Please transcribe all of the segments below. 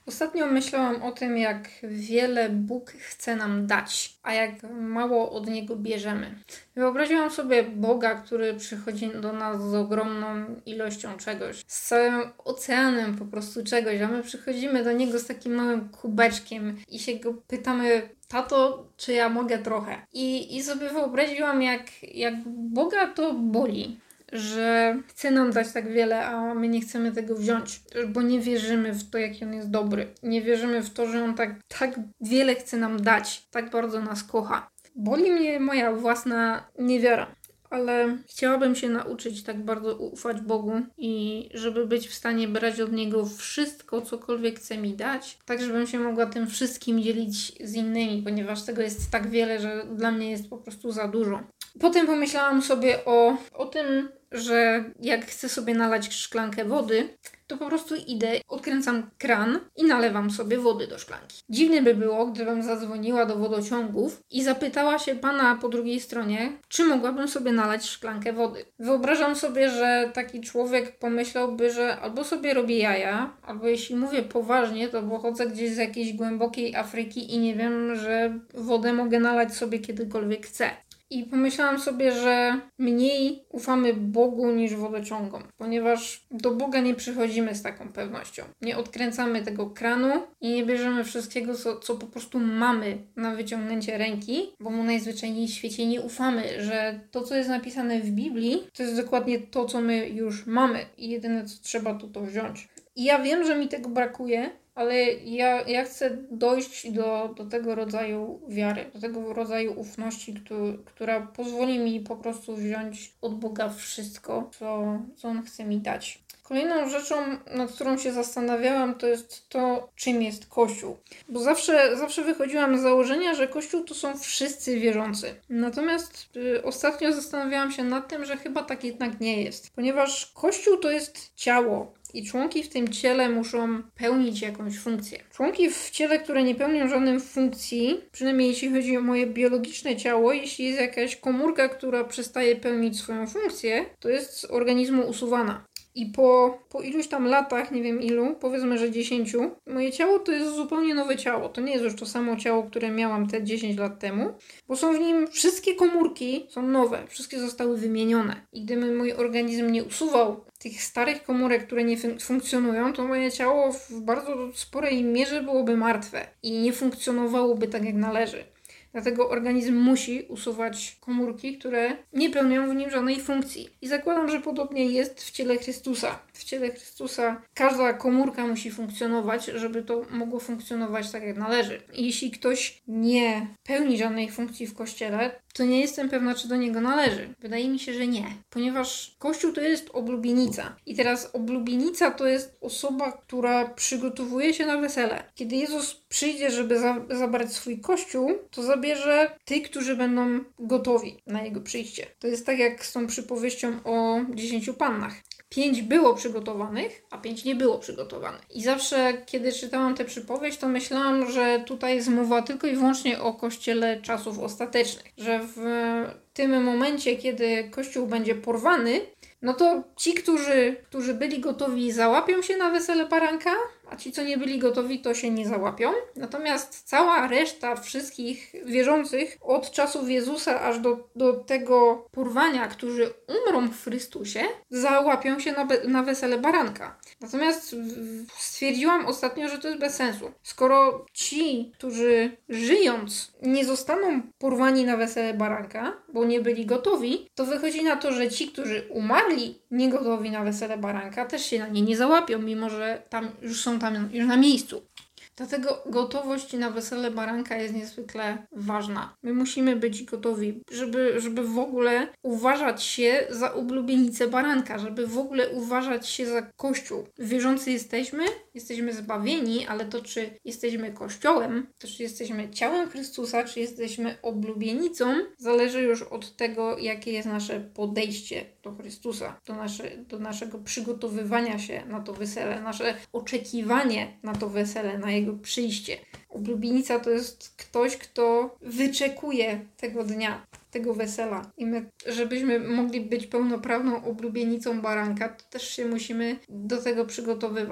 Ostatnio myślałam o tym, jak wiele Bóg chce nam dać, a jak mało od Niego bierzemy. Wyobraziłam sobie Boga, który przychodzi do nas z ogromną ilością czegoś, z całym oceanem po prostu czegoś, a my przychodzimy do Niego z takim małym kubeczkiem i się Go pytamy: tato, czy ja mogę trochę? I sobie wyobraziłam, jak Boga to boli, że chce nam dać tak wiele, a my nie chcemy tego wziąć, bo nie wierzymy w to, jaki On jest dobry. Nie wierzymy w to, że On tak wiele chce nam dać, tak bardzo nas kocha. Boli mnie moja własna niewiara, ale chciałabym się nauczyć tak bardzo ufać Bogu i żeby być w stanie brać od Niego wszystko, cokolwiek chce mi dać, tak żebym się mogła tym wszystkim dzielić z innymi, ponieważ tego jest tak wiele, że dla mnie jest po prostu za dużo. Potem pomyślałam sobie o tym, że jak chcę sobie nalać szklankę wody, to po prostu idę, odkręcam kran i nalewam sobie wody do szklanki. Dziwne by było, gdybym zadzwoniła do wodociągów i zapytała się pana po drugiej stronie, czy mogłabym sobie nalać szklankę wody. Wyobrażam sobie, że taki człowiek pomyślałby, że albo sobie robię jaja, albo jeśli mówię poważnie, to pochodzę gdzieś z jakiejś głębokiej Afryki i nie wiem, że wodę mogę nalać sobie kiedykolwiek chcę. I pomyślałam sobie, że mniej ufamy Bogu niż wodociągom, ponieważ do Boga nie przychodzimy z taką pewnością. Nie odkręcamy tego kranu i nie bierzemy wszystkiego, co po prostu mamy na wyciągnięcie ręki, bo Mu najzwyczajniej w świecie nie ufamy, że to, co jest napisane w Biblii, to jest dokładnie to, co my już mamy i jedyne, co trzeba, to wziąć. I ja wiem, że mi tego brakuje, ale ja chcę dojść do tego rodzaju wiary, do tego rodzaju ufności, która pozwoli mi po prostu wziąć od Boga wszystko, co On chce mi dać. Kolejną rzeczą, nad którą się zastanawiałam, to jest to, czym jest Kościół. Bo zawsze wychodziłam z założenia, że Kościół to są wszyscy wierzący. Natomiast ostatnio zastanawiałam się nad tym, że chyba tak jednak nie jest. Ponieważ Kościół to jest ciało. I członki w tym ciele muszą pełnić jakąś funkcję. Członki w ciele, które nie pełnią żadnej funkcji, przynajmniej jeśli chodzi o moje biologiczne ciało, jeśli jest jakaś komórka, która przestaje pełnić swoją funkcję, to jest z organizmu usuwana. I po iluś tam latach, nie wiem ilu, powiedzmy, że 10, moje ciało to jest zupełnie nowe ciało. To nie jest już to samo ciało, które miałam te 10 lat temu, bo są w nim wszystkie komórki, są nowe, wszystkie zostały wymienione. I gdyby mój organizm nie usuwał tych starych komórek, które nie funkcjonują, to moje ciało w bardzo sporej mierze byłoby martwe i nie funkcjonowałoby tak, jak należy. Dlatego organizm musi usuwać komórki, które nie pełnią w nim żadnej funkcji. I zakładam, że podobnie jest w ciele Chrystusa. W ciele Chrystusa każda komórka musi funkcjonować, żeby to mogło funkcjonować tak, jak należy. I jeśli ktoś nie pełni żadnej funkcji w Kościele, to nie jestem pewna, czy do niego należy. Wydaje mi się, że nie. Ponieważ Kościół to jest oblubienica. I teraz oblubienica to jest osoba, która przygotowuje się na wesele. Kiedy Jezus przyjdzie, żeby zabrać swój Kościół, to zabierze tych, którzy będą gotowi na Jego przyjście. To jest tak jak z tą przypowieścią o 10 pannach. 5 było przygotowanych, a 5 nie było przygotowanych. I zawsze, kiedy czytałam tę przypowieść, to myślałam, że tutaj jest mowa tylko i wyłącznie o Kościele czasów ostatecznych. Że w tym momencie, kiedy Kościół będzie porwany, no to ci, którzy byli gotowi, załapią się na wesele baranka, a ci, co nie byli gotowi, to się nie załapią. Natomiast cała reszta wszystkich wierzących od czasów Jezusa aż do tego porwania, którzy umrą w Chrystusie, załapią się na wesele baranka. Natomiast stwierdziłam ostatnio, że to jest bez sensu. Skoro ci, którzy żyjąc nie zostaną porwani na wesele baranka, bo nie byli gotowi, to wychodzi na to, że ci, którzy umarli niegotowi na wesele baranka, też się na nie nie załapią, mimo że są tam już na miejscu. Dlatego gotowość na wesele baranka jest niezwykle ważna. My musimy być gotowi, żeby w ogóle uważać się za oblubienicę baranka, żeby w ogóle uważać się za Kościół. Wierzący jesteśmy zbawieni, ale to czy jesteśmy Kościołem, to czy jesteśmy ciałem Chrystusa, czy jesteśmy oblubienicą, zależy już od tego, jakie jest nasze podejście do Chrystusa, do naszego przygotowywania się na to wesele, nasze oczekiwanie na to wesele, na Jego przyjście. Oblubienica to jest ktoś, kto wyczekuje tego dnia, tego wesela. I my, żebyśmy mogli być pełnoprawną oblubienicą baranka, to też się musimy do tego przygotowywać.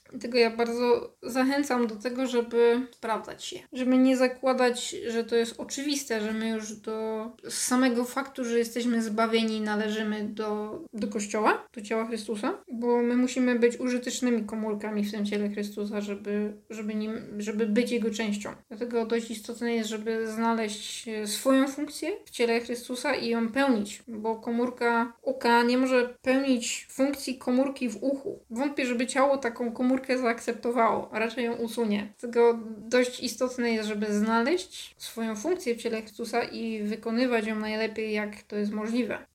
Dlatego ja bardzo zachęcam do tego, żeby sprawdzać je. Żeby nie zakładać, że to jest oczywiste, że my już z samego faktu, że jesteśmy zbawieni, należymy do Kościoła, do ciała Chrystusa, bo my musimy być użytecznymi komórkami w tym ciele Chrystusa, żeby być Jego częścią. Dlatego dość istotne jest, żeby znaleźć swoją funkcję w ciele Chrystusa i ją pełnić, bo komórka oka nie może pełnić funkcji komórki w uchu. Wątpię, żeby ciało taką komórkę zaakceptowało, a raczej ją usunie. Dlatego dość istotne jest, żeby znaleźć swoją funkcję w ciele Chrystusa i wykonywać ją najlepiej, jak to jest możliwe.